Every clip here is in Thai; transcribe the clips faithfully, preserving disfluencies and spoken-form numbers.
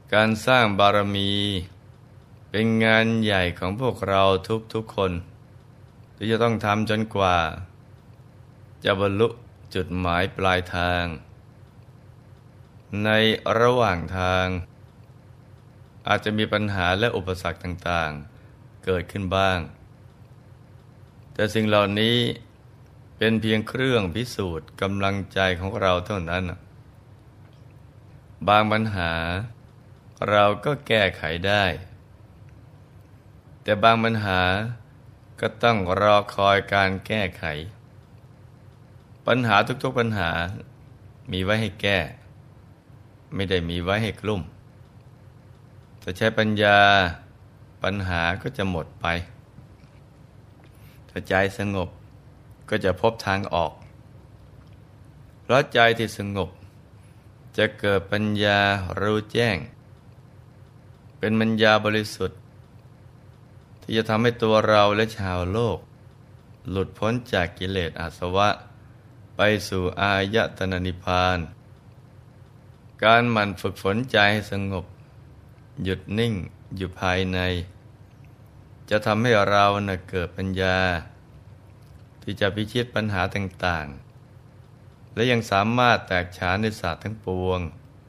การสร้างบารมีเป็นงานใหญ่ของพวกเราทุกๆคนที่จะต้องทำจนกว่าจะบรรลุจุดหมายปลายทางในระหว่างทางอาจจะมีปัญหาและอุปสรรคต่างๆเกิดขึ้นบ้างแต่สิ่งเหล่านี้เป็นเพียงเครื่องพิสูจน์กำลังใจของเราเท่านั้นบางปัญหาเราก็แก้ไขได้แต่บางปัญหาก็ต้องรอคอยการแก้ไขปัญหาทุกๆปัญหามีไว้ให้แก้ไม่ได้มีไว้ให้กลุ่มถ้าใช้ปัญญาปัญหาก็จะหมดไปถ้าใจสงบก็จะพบทางออกเพราะใจที่สงบจะเกิดปัญญารู้แจ้งเป็นปัญญาบริสุทธิ์ที่จะทำให้ตัวเราและชาวโลกหลุดพ้นจากกิเลสอาสวะไปสู่อายตนะนิพพานการหมั่นฝึกฝนใจให้สงบหยุดนิ่งอยู่ภายในจะทำให้เราน่ะเกิดปัญญาที่จะพิชิตปัญหาต่างๆและยังสามารถแตกฉานในศาสตร์ทั้งปวง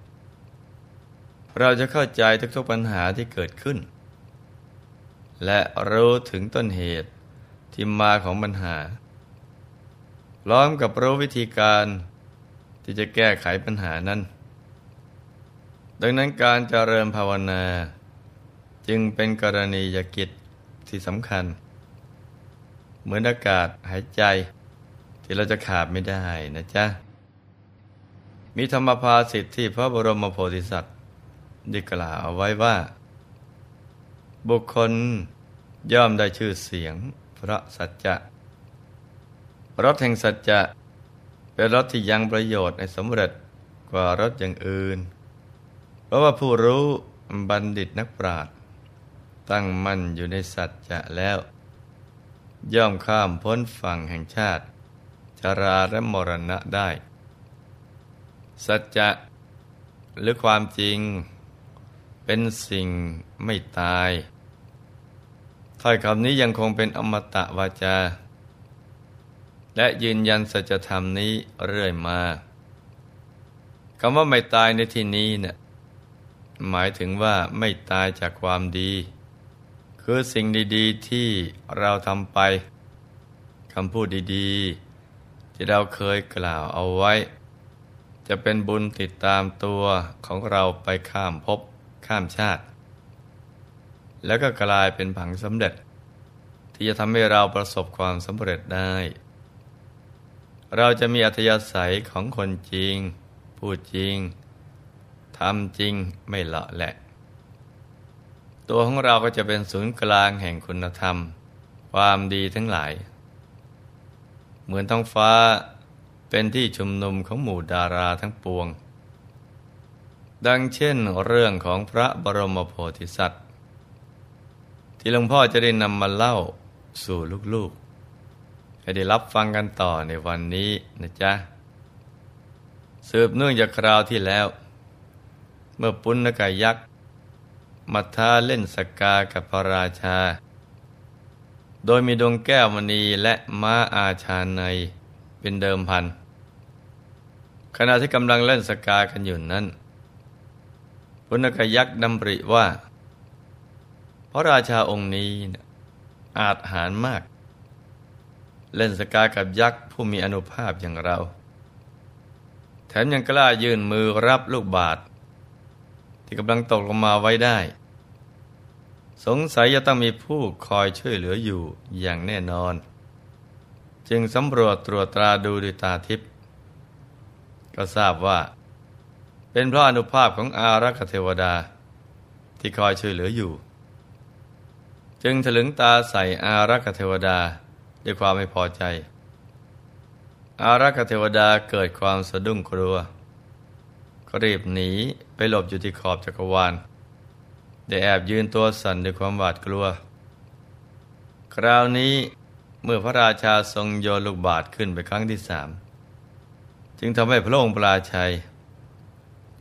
เราจะเข้าใจทุกๆปัญหาที่เกิดขึ้นและรู้ถึงต้นเหตุที่มาของปัญหาพร้อมกับรู้วิธีการที่จะแก้ไขปัญหานั้นดังนั้นการเจริญภาวนาจึงเป็นกรณียกิจที่สำคัญเหมือนอากาศหายใจที่เราจะขาดไม่ได้นะจ๊ะมีธรรมภาษิตที่พระบรมโพธิสัตว์ได้กล่าวเอาไว้ว่าบุคคลย่อมได้ชื่อเสียงเพราะสัจจะรสแห่งสัจจะเป็นรสที่ยังประโยชน์ในสำเร็จกว่ารสอย่างอื่นเพราะว่าผู้รู้บัณฑิตนักปราชญ์ตั้งมั่นอยู่ในสัจจะแล้วย่อมข้ามพ้นฝั่งแห่งชาติชราและมรณะได้สัจจะหรือความจริงเป็นสิ่งไม่ตายถ้อยคำนี้ยังคงเป็นอมตะวาจาและยืนยันสัจธรรมนี้เรื่อยมาคำว่าไม่ตายในที่นี้เนี่ยหมายถึงว่าไม่ตายจากความดีคือสิ่งดีๆที่เราทำไปคำพูดดีๆที่เราเคยกล่าวเอาไว้จะเป็นบุญติดตามตัวของเราไปข้ามภพข้ามชาติแล้วก็กลายเป็นผังสำเร็จที่จะทำให้เราประสบความสำเร็จได้เราจะมีอัธยาศัยของคนจริงพูดจริงทำจริงไม่เลาะแหละตัวของเราก็จะเป็นศูนย์กลางแห่งคุณธรรมความดีทั้งหลายเหมือนท้องฟ้าเป็นที่ชุมนุมของหมู่ดาราทั้งปวงดังเช่นเรื่องของพระบรมโพธิสัตว์ที่หลวงพ่อจะได้นำมาเล่าสู่ลูกๆให้ได้รับฟังกันต่อในวันนี้นะจ๊ะสืบเนื่องจากคราวที่แล้วเมื่อปุณณกายักษ์มาท้าเล่นสกากับพระราชาโดยมีดวงแก้วมณีและม้าอาชาไนยเป็นเดิมพันขณะที่กำลังเล่นสกากันอยู่นั้นปุณณกายักษ์ดำริว่าพระราชาองค์นี้อาจหาญมากเล่นสกากับยักษ์ผู้มีอานุภาพอย่างเราแถมยังกล้ายื่นมือรับลูกบาศก์ที่กำลังตกลงมาไว้ได้สงสัยจะต้องมีผู้คอยช่วยเหลืออยู่อย่างแน่นอนจึงสำรวจตรวจตราดูด้วยตาทิพย์ก็ทราบว่าเป็นเพราะอานุภาพของอารักขเทวดาที่คอยช่วยเหลืออยู่จึงถลึงตาใส่อารักขเทวดาด้วยความไม่พอใจอารักขเทวดาเกิดความสะดุ้งกลัวก็รีบหนีไปหลบอยู่ที่ขอบจักรวาลได้แอบยืนตัวสั่นด้วยความหวาดกลัวคราวนี้เมื่อพระราชาทรงโยนลูกบาศก์ขึ้นไปครั้งที่สามจึงทำให้พระองค์ปราชัย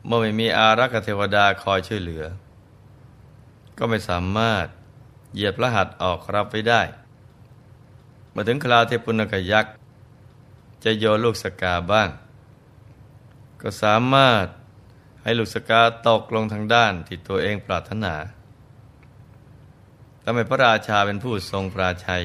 เมื่อไม่มีอารักขเทวดาคอยช่วยเหลือก็ไม่สามารถเหยียบพระหัตถ์ออกรับไว้ได้เมื่อถึงคราวที่ปุณกยักษ์จะโยนลูกสกาบ้างก็สามารถให้ลูกสกาตกลงทางด้านที่ตัวเองปรารถนาทำให้พระราชาเป็นผู้ทรงพระชัย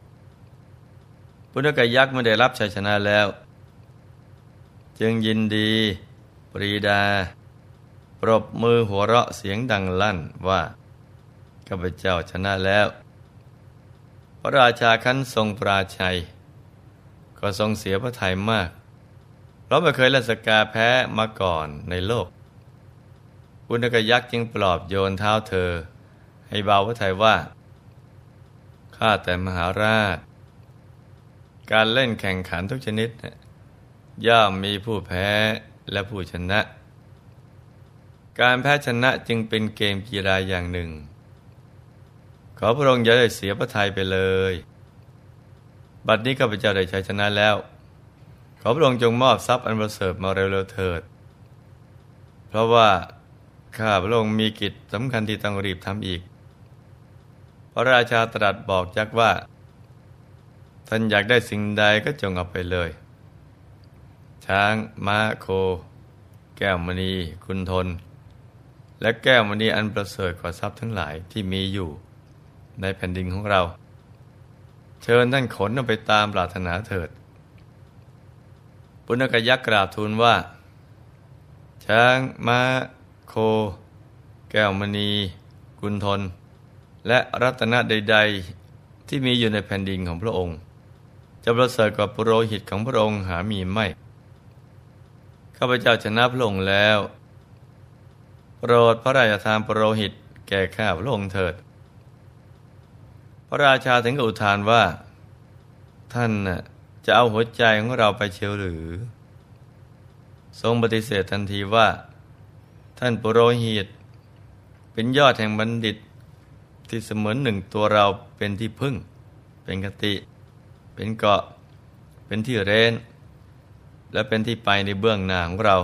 ปุณกยักษ์เมื่อได้รับชัยชนะแล้วจึงยินดีปรีดาปรบมือหัวเราะเสียงดังลั่นว่าข้าพเจ้าชนะแล้วพระราชาคันทรงพระชัยก็ทรงเสียพระทัยมากเพราะไม่เคยเล่นสกาแพ้มาก่อนในโลกปุณกยักษ์จึงปลอบโยนเท้าเธอให้เบาพระทัยว่าข้าแต่มหาราชการเล่นแข่งขันทุกชนิดย่อมมีผู้แพ้และผู้ชนะการแพ้ชนะจึงเป็นเกมกีฬาอย่างหนึ่งขอพระองค์อย่าได้เสียพระทัยไปเลยบัดนี้ข้าพเจ้าได้ชัยชนะแล้วขอพระองค์จงมอบทรัพย์อันประเสริฐมาเร็วๆเถิดเพราะว่าข้าพระองค์มีกิจสำคัญที่ต้องรีบทำอีกพระราชาตรัสบอกยักษ์ว่าท่านอยากได้สิ่งใดก็จงเอาไปเลยช้างม้าโคแก้วมณีคุณทนและแก้วมณีอันประเสริฐกว่าทรัพย์ทั้งหลายที่มีอยู่ในแผ่นดินของเราเชิญท่านขนเอาไปตามปรารถนาเถิดปุณกยักษ์กราบทูลว่าช้างม้าโคแก้วมณีกุณฑลและรัตนะใดๆที่มีอยู่ในแผ่นดินของพระองค์จะประเสริฐกว่าปุโรหิตของพระองค์หามีไม่ข้าพเจ้าชนะพระองค์แล้วโปรดพระราชทานปุโรหิตแก่ข้าพระองค์เถิดพระราชาถึงกับอุทานว่าท่านน่ะจะเอาหัวใจของเราไปเชียวหรือทรงปฏิเสธทันทีว่าท่านปุโรหิตเป็นยอดแห่งบัณฑิตที่เสมือนหนึ่งตัวเราเป็นที่พึ่งเป็นคติเป็นเกาะเป็นที่เร้นและเป็นที่ไปในเบื้องหน้าของเรา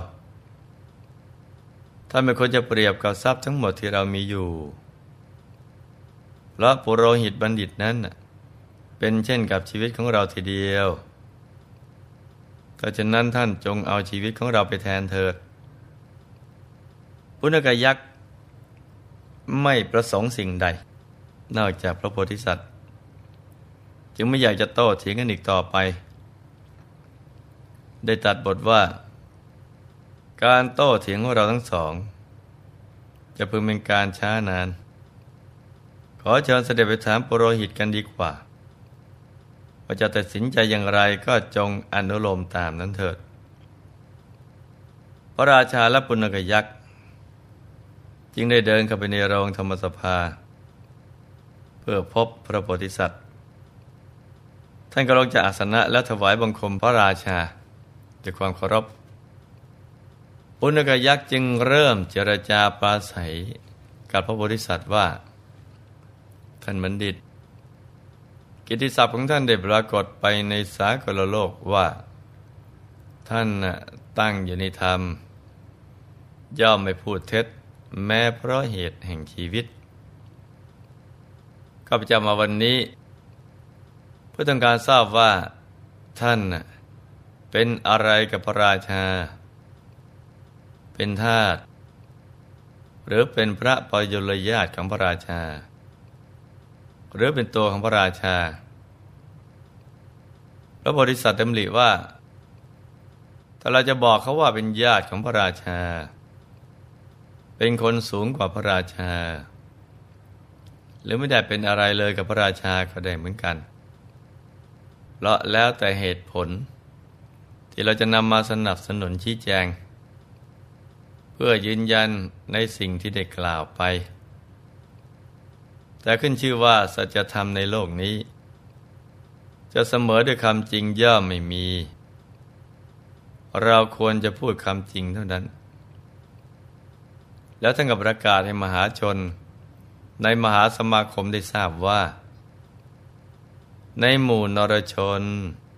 ท่านไม่ควรจะเปรียบกับทรัพย์ทั้งหมดที่เรามีอยู่เพราะปุโรหิตบัณฑิตนั้นเป็นเช่นกับชีวิตของเราทีเดียวแต่ฉะนั้นท่านจงเอาชีวิตของเราไปแทนเถิดปุณกยักษ์ไม่ประสงค์สิ่งใดนอกจากพระโพธิสัตว์จึงไม่อยากจะโต้เถียงกันอีกต่อไปได้ตรัสบทว่าการโต้เถียงของเราทั้งสองจะพึงเป็นการช้านานขอเชิญเสด็จไปถามปุโรหิตกันดีกว่าว่าจะตัดสินใจอย่างไรก็จงอนุโลมตามนั้นเถิดพระราชาและปุณกยักษ์จึงได้เดินเข้าไปในโรงธรรมสภาเพื่อพบพระโพธิสัตว์ท่านก็ลงจากอาสนะและถวายบังคมพระราชาด้วยความเคารพปุณกยักษ์จึงเริ่มเจรจาปราศัยกับพระโพธิสัตว์ว่าท่านบัณฑิตกิตติศัพท์ของท่านได้ปรากฏไปในสากลโลกว่าท่านตั้งอยู่ในธรรมย่อมไม่พูดเท็จแม้เพราะเหตุแห่งชีวิตข้าพเจ้ามาวันนี้เพื่อต้องการทราบว่าท่านเป็นอะไรกับพระราชาเป็นทาสหรือเป็นพระปยลญาติของพระราชาหรือเป็นตัวของพระราชาพระโพธิสัตว์ดำริว่าถ้าเราจะบอกเขาว่าเป็นญาติของพระราชาเป็นคนสูงกว่าพระราชาหรือไม่ได้เป็นอะไรเลยกับพระราชาก็ได้เหมือนกันเพราะแล้วแต่เหตุผลที่เราจะนำมาสนับสนุนชี้แจงเพื่อยืนยันในสิ่งที่ได้กล่าวไปแต่ขึ้นชื่อว่าสัจธรรมในโลกนี้จะเสมอด้วยคำจริงย่อมไม่มีเราควรจะพูดคำจริงเท่านั้นแล้วท่านก็ประกาศให้มหาชนในมหาสมาคมได้ทราบว่าในหมู่นรชน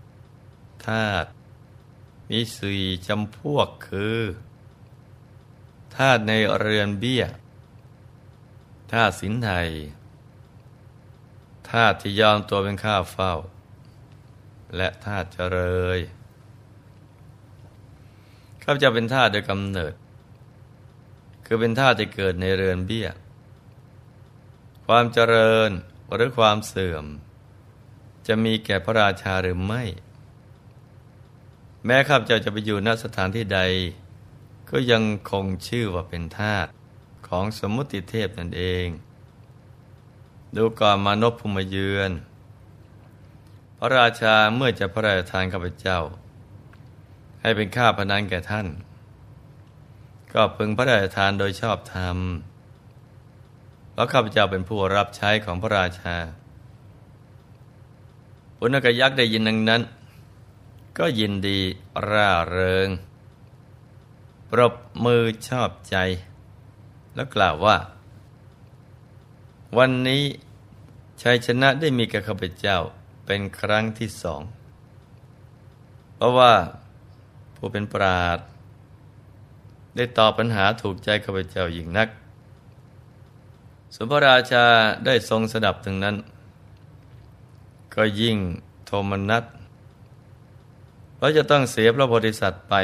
ทาสมีสี่จำพวกคือทาสในเรือนเบี้ยทาสสินไทยทาสที่ยอมตัวเป็นข้าเฝ้าและทาสเจริญข้าพเจ้าเป็นทาสโดยกำเนิดคือเป็นทาสที่เกิดในเรือนเบี้ยความเจริญหรือความเสื่อมจะมีแก่พระราชาหรือไม่แม้ข้าพเจ้าจะไปอยู่ณสถานที่ใดก็ยังคงชื่อว่าเป็นทาสของสมมุติเทพนั่นเองดูก่อนมานพผู้มาเยือนพระราชาเมื่อจะพระราชทานข้าพเจ้าให้เป็นข้าพนันแก่ท่านก็พึงพระราชทานโดยชอบธรรมเพราะข้าพเจ้าเป็นผู้รับใช้ของพระราชาปุณกยักษ์ได้ยินดังนั้นก็ยินดีร่าเริงปรบมือชอบใจแล้วกล่าวว่าวันนี้ชัยชนะได้มีแก่ข้าพเจ้าเป็นครั้งที่สองเพราะว่าผู้เป็นปราชญ์ได้ตอบปัญหาถูกใจข้าพเจ้ายิ่งนักส่วนพระราชาได้ทรงสดับถึงนั้นก็ยิ่งโทมนัสเพราะจะต้องเสียพระโพธิสัตว์ไป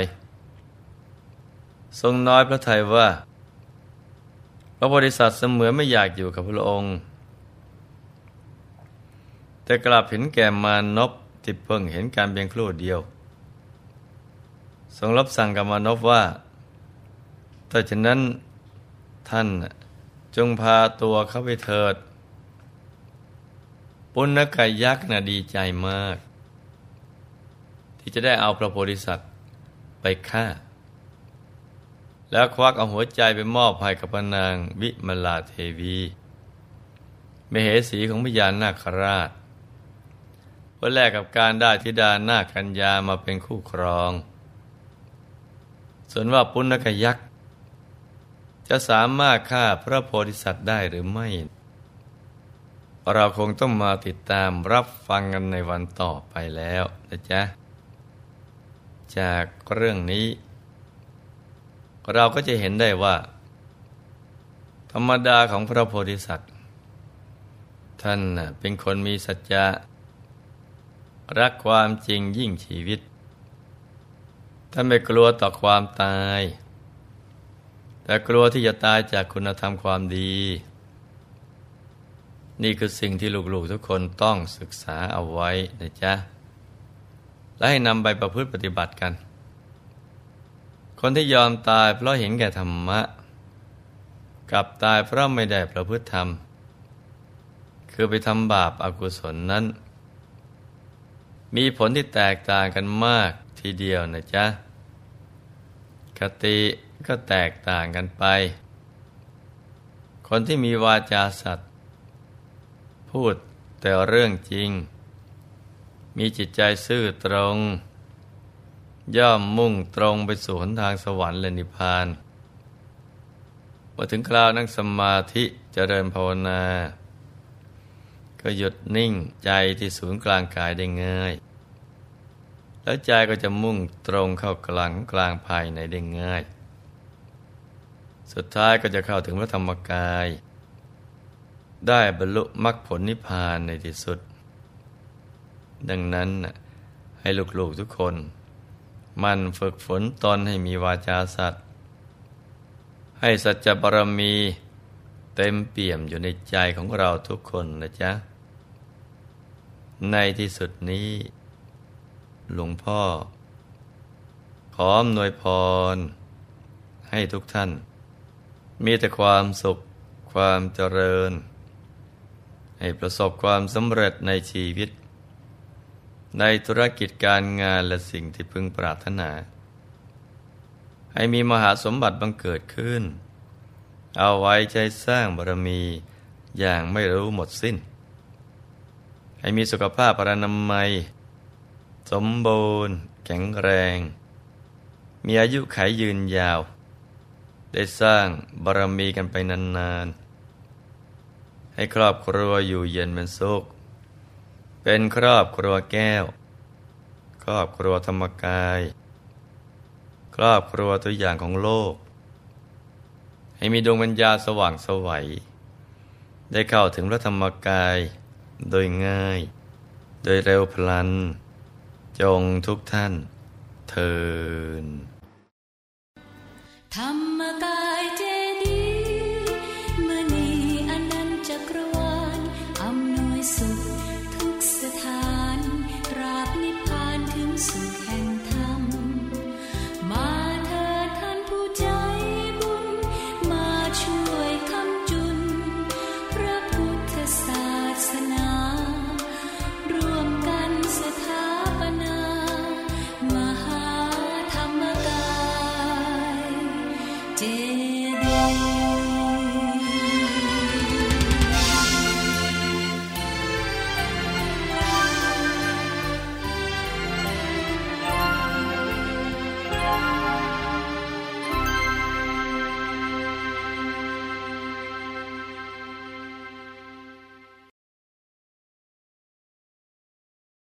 ทรงน้อยพระทัยว่าพระโพธิสัตว์เสมือนไม่อยากอยู่กับพระองค์แต่กลับเห็นแก่มานพที่เพิ่งเห็นการเพียงครู่เดียวทรงรับสั่งกับมานพว่าถ้าฉะนั้นท่านจงพาตัวเข้าไปเถิดปุณกยักษ์น่ะดีใจมากที่จะได้เอาพระโพธิสัตว์ไปฆ่าแล้วควักเอาหัวใจไปมอบให้กับพระนางวิมลาเทวีมเหสีของพญานาคราชเพื่อแลกกับการได้ธิดานาคกัญญามาเป็นคู่ครองส่วนว่าปุณกยักษ์จะสามารถฆ่าพระโพธิสัตว์ได้หรือไม่เราคงต้องมาติดตามรับฟังกันในวันต่อไปแล้วนะจ๊ะจากเรื่องนี้เราก็จะเห็นได้ว่าธรรมดาของพระโพธิสัตว์ท่านเป็นคนมีสัจจะรักความจริงยิ่งชีวิตท่านไม่กลัวต่อความตายแต่กลัวที่จะตายจากคุณธรรมความดีนี่คือสิ่งที่ลูกๆทุกคนต้องศึกษาเอาไว้นะจ๊ะและให้นำไปประพฤติปฏิบัติกันคนที่ยอมตายเพราะเห็นแก่ธรรมะกับตายเพราะไม่ได้ประพฤติธรรมคือไปทำบาปอกุศลนั้นมีผลที่แตกต่างกันมากทีเดียวนะจ๊ะคติก็แตกต่างกันไปคนที่มีวาจาสัตย์พูดแต่เรื่องจริงมีจิตใจซื่อตรงย่อมมุ่งตรงไปสู่หนทางสวรรค์และนิพพานพอถึงคราวนั่งสมาธิเจริญภาวนาก็หยุดนิ่งใจที่ศูนย์กลางกายได้ง่ายแล้วใจก็จะมุ่งตรงเข้ากลางกลางภายในได้ง่ายสุดท้ายก็จะเข้าถึงพระธรรมกายได้บรรลุมรรคผลนิพพานในที่สุดดังนั้นให้ลูกๆทุกคนมันฝึกฝนตนให้มีวาจาสัตย์ให้สัจจะบารมีเต็มเปี่ยมอยู่ในใจของเราทุกคนนะจ๊ะในที่สุดนี้หลวงพ่อขออำนวยพรให้ทุกท่านมีแต่ความสุขความเจริญให้ประสบความสำเร็จในชีวิตในธุรกิจการงานและสิ่งที่พึงปรารถนาให้มีมหาสมบัติบังเกิดขึ้นเอาไว้ใช้สร้างบารมีอย่างไม่รู้หมดสิ้นให้มีสุขภาพพรรณนามัยสมบูรณ์แข็งแรงมีอายุขัยยืนยาวได้สร้างบารมีกันไปนานๆให้ครอบครัวอยู่เย็นเป็นสุขเป็นครอบครัวแก้วครอบครัวธรรมกายครอบครัวตัวอย่างของโลกให้มีดวงปัญญาสว่างไสวได้เข้าถึงพระธรรมกายโดยง่ายโดยเร็วพลันจงทุกท่านเทินธรรมกายเจดีย์มณีอนันต์จักรวาลอำนวยสุขทุกสถานตราบนิพพานถึงสุขแห่งธรรมมาเถิดท่านผู้ใจบุญมาช่วยคำจุนพระพุทธศาสนารวมกันสถาปนามหาธรรมกายเจ